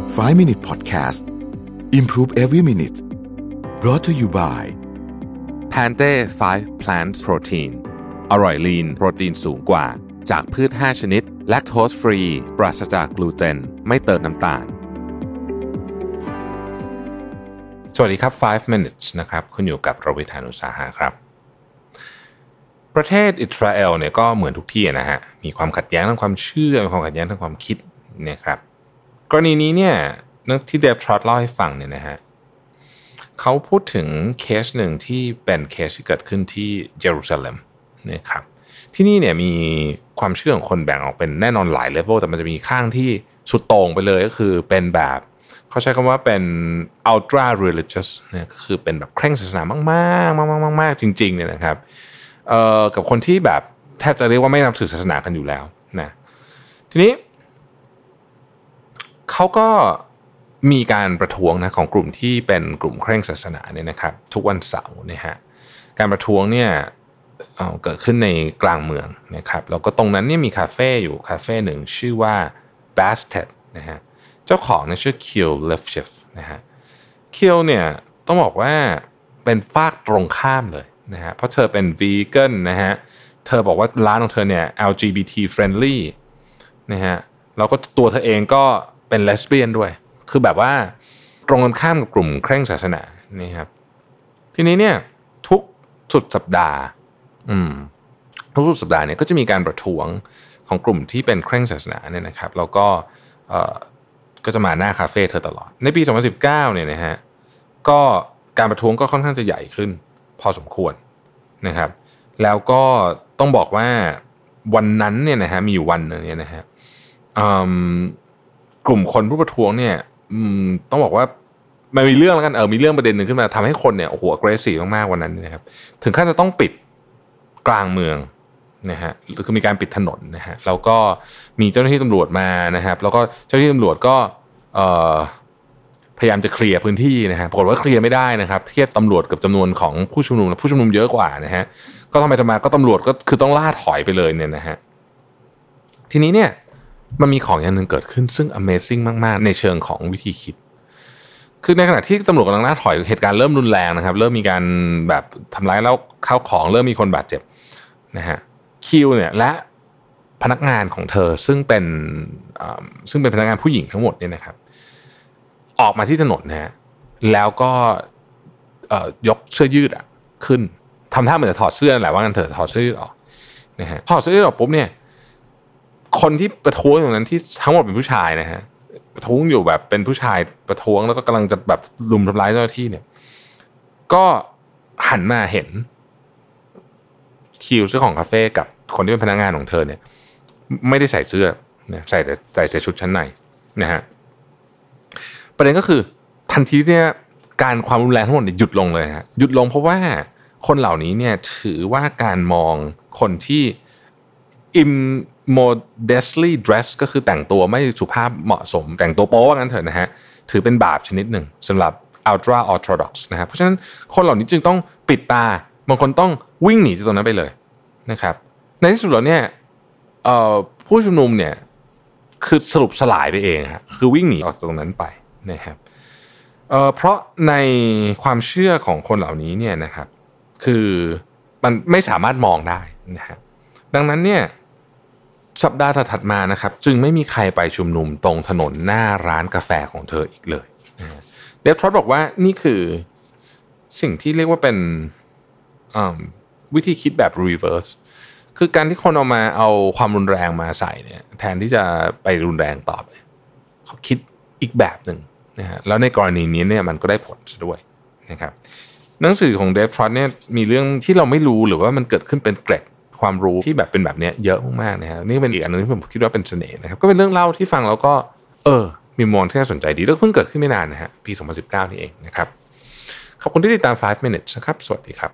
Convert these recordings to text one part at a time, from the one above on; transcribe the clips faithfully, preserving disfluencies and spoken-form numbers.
ไฟว์ minute podcast improve every minute brought to you by Pante ไฟว์ plant protein อร่อยลีนโปรตีนสูงกว่าจากพืชห้าชนิดแลคโตสฟรีปราศจากกลูเตนไม่เติมน้ำตาลสวัสดีครับไฟว์ minutes นะครับคุณอยู่กับรวิธานุสาหะครับประเทศอิสราเอลเนี่ยก็เหมือนทุกที่นะฮะมีความขัดแย้งทางความเชื่อมีความขัดแย้งทางความคิดเนี่ยครับกรณีนี้เนี่ยที่เดฟทรอตเล่าให้ฟังเนี่ยนะฮะเขาพูดถึงเคสหนึ่งที่เป็นเคสที่เกิดขึ้นที่เยรูซาเล็มนะครับที่นี่เนี่ยมีความเชื่อของคนแบ่งออกเป็นแน่นอนหลายเลเวลแต่มันจะมีข้างที่สุดโต่งไปเลยก็คือเป็นแบบเขาใช้คำว่าเป็น ultra religious เนี่ยก็คือเป็นแบบเคร่งศาสนามากๆมากๆๆๆจริงๆเนี่ยนะครับเอ่อกับคนที่แบบแทบจะเรียกว่าไม่นับถือศาสนากันอยู่แล้วนะทีนี้เขาก็มีการประท้วงนะของกลุ่มที่เป็นกลุ่มเคร่งศาสนาเนี่ยนะครับทุกวันเสาร์นะฮะการประท้วงเนี่ยเอ่อเกิดขึ้นในกลางเมืองนะครับแล้วก็ตรงนั้นเนี่ยมีคาเฟ่อยู่คาเฟ่หนึ่งชื่อว่า Bastet นะฮะเจ้าของเนี่ยชื่อคิลเลฟเชฟนะฮะคิลเนี่ยต้องบอกว่าเป็นฝากตรงข้ามเลยนะฮะเพราะเธอเป็นวีแกนนะฮะเธอบอกว่าร้านของเธอเนี่ย แอล จี บี ที friendly นะฮะแล้วก็ตัวเธอเองก็เป็นเลสเบี้ยนด้วยคือแบบว่าตรงกันข้ามกับกลุ่มเคร่งศาสนานี่ครับทีนี้เนี่ยทุกสุดสัปดาห์อืมทุกสุดสัปดาห์เนี่ยก็จะมีการประท้วงของกลุ่มที่เป็นเคร่งศาสนาเนี่ยนะครับแล้วก็เอ่อก็จะมาหน้าคาเฟ่เธอตลอดในปีสองพันสิบเก้าเนี่ยนะฮะก็การประท้วงก็ค่อนข้างจะใหญ่ขึ้นพอสมควรนะครับแล้วก็ต้องบอกว่าวันนั้นเนี่ยนะฮะมีอยู่วันนึงเนี่ยนะฮะกลุ่มคนผู้ประท้วงเนี่ยต้องบอกว่ามันมีเรื่องแล้วกันเออมีเรื่องประเด็นหนึ่งขึ้นมาทำให้คนเนี่ยโอ้โห aggressive มากๆวันนั้นนะครับถึงขั้นจะต้องปิดกลางเมืองนะฮะคือมีการปิดถนนนะฮะแล้วก็มีเจ้าหน้าที่ตำรวจมานะครับแล้วก็เจ้าหน้าที่ตำรวจก็เอ่อพยายามจะเคลียร์พื้นที่นะฮะปรากฏว่าเคลียร์ไม่ได้นะครับเทียบตำรวจกับจำนวนของผู้ชุมนุมผู้ชุมนุมเยอะกว่านะฮะก็ทำไมทำไมก็ตำรวจก็คือต้องล่าถอยไปเลยเนี่ยนะฮะทีนี้เนี่ยมันมีของอย่างนึงเกิดขึ้นซึ่ง Amazing มากๆในเชิงของวิธีคิดคือในขณะที่ตำรวจกำลังล่าถอยเหตุการณ์เริ่มรุนแรงนะครับเริ่มมีการแบบทำร้ายแล้วข้าวของเริ่มมีคนบาดเจ็บนะฮะคิวเนี่ยและพนักงานของเธอซึ่งเป็นซึ่งเป็นพนักงานผู้หญิงทั้งหมดเนี่ยนะครับออกมาที่ถนนนะฮะแล้วก็ยกเสื้อยืดอ่ะขึ้นทำท่าเหมือนจะถอดเสื้อแหละว่างั้นเถอะถอดเสื้อยืดออกนะฮะถอดเสื้อยืดออกปุ๊บเนี่ยคนที่ประท้วงตรงนั้นที่ทั้งหมดเป็นผู้ชายนะฮะประท้วงอยู่แบบเป็นผู้ชายประท้วงแล้วก็กำลังจะแบบลุมทำร้ายเจ้าหน้าที่เนี่ยก็หันมาเห็นคิวเจ้าของคาเฟ่กับคนที่เป็นพนักงานของเธอเนี่ยไม่ได้ใส่เสื้อนะใส่แต่ใส่แต่ชุดชั้นในนะฮะประเด็นก็คือทันทีเนี่ยการความรุนแรงทั้งหมดเนี่ยหยุดลงเลยฮะหยุดลงเพราะว่าคนเหล่านี้เนี่ยถือว่าการมองคนที่ immodestly dressed ก็คือแต่งตัวไม่สุภาพเหมาะสมแต่งตัวโป๊ว่างั้นเถอะนะฮะถือเป็นบาปชนิดหนึ่งสำหรับ ultra orthodox นะฮะเพราะฉะนั้นคนเหล่านี้จึงต้องปิดตาบางคนต้องวิ่งหนีจากตรงนั้นไปเลยนะครับในที่สุดแล้วเนี่ยผู้ชุมนุมเนี่ยคือสรุปสลายไปเองฮะคือวิ่งหนีออกจากตรงนั้นไปนะครับเอ่อเพราะในความเชื่อของคนเหล่านี้เนี่ยนะครับคือมันไม่สามารถมองได้นะฮะดังนั้นเนี่ยสัปดาห์ถัดมานะครับจึงไม่มีใครไปชุมนุมตรงถนนหน้าร้านกาแฟของเธออีกเลยเดฟทรอตบอกว่านี่คือสิ่งที่เรียกว่าเป็นวิธีคิดแบบ reverse คือการที่คนเอามาเอาความรุนแรงมาใส่เนี่ยแทนที่จะไปรุนแรงตอบเนี่ยเขาคิดอีกแบบหนึ่งนะฮะแล้วในกรณีนี้เนี่ยมันก็ได้ผลด้วยนะครับหนังสือของเดฟทรอตเนี่ยมีเรื่องที่เราไม่รู้หรือว่ามันเกิดขึ้นเป็นเกร็ดความรู้ที่แบบเป็นแบบนี้เยอะมากๆนะฮะนี่เป็นอีกอันนึงที่ผมคิดว่าเป็นเสน่ห์นะครับก็เป็นเรื่องเล่าที่ฟังแล้วก็เออมีมุมมองที่น่าสนใจดีแล้วเพิ่งเกิดขึ้นไม่นานนะฮะปีสองพันสิบเก้านี่เองนะครับขอบคุณที่ติดตามไฟว์ minutes นะครับสวัสดีครับ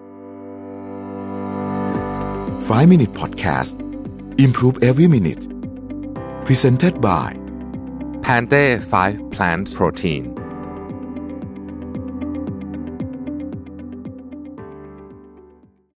ไฟว์ minute podcast improve every minute presented by Pante ไฟว์ plant protein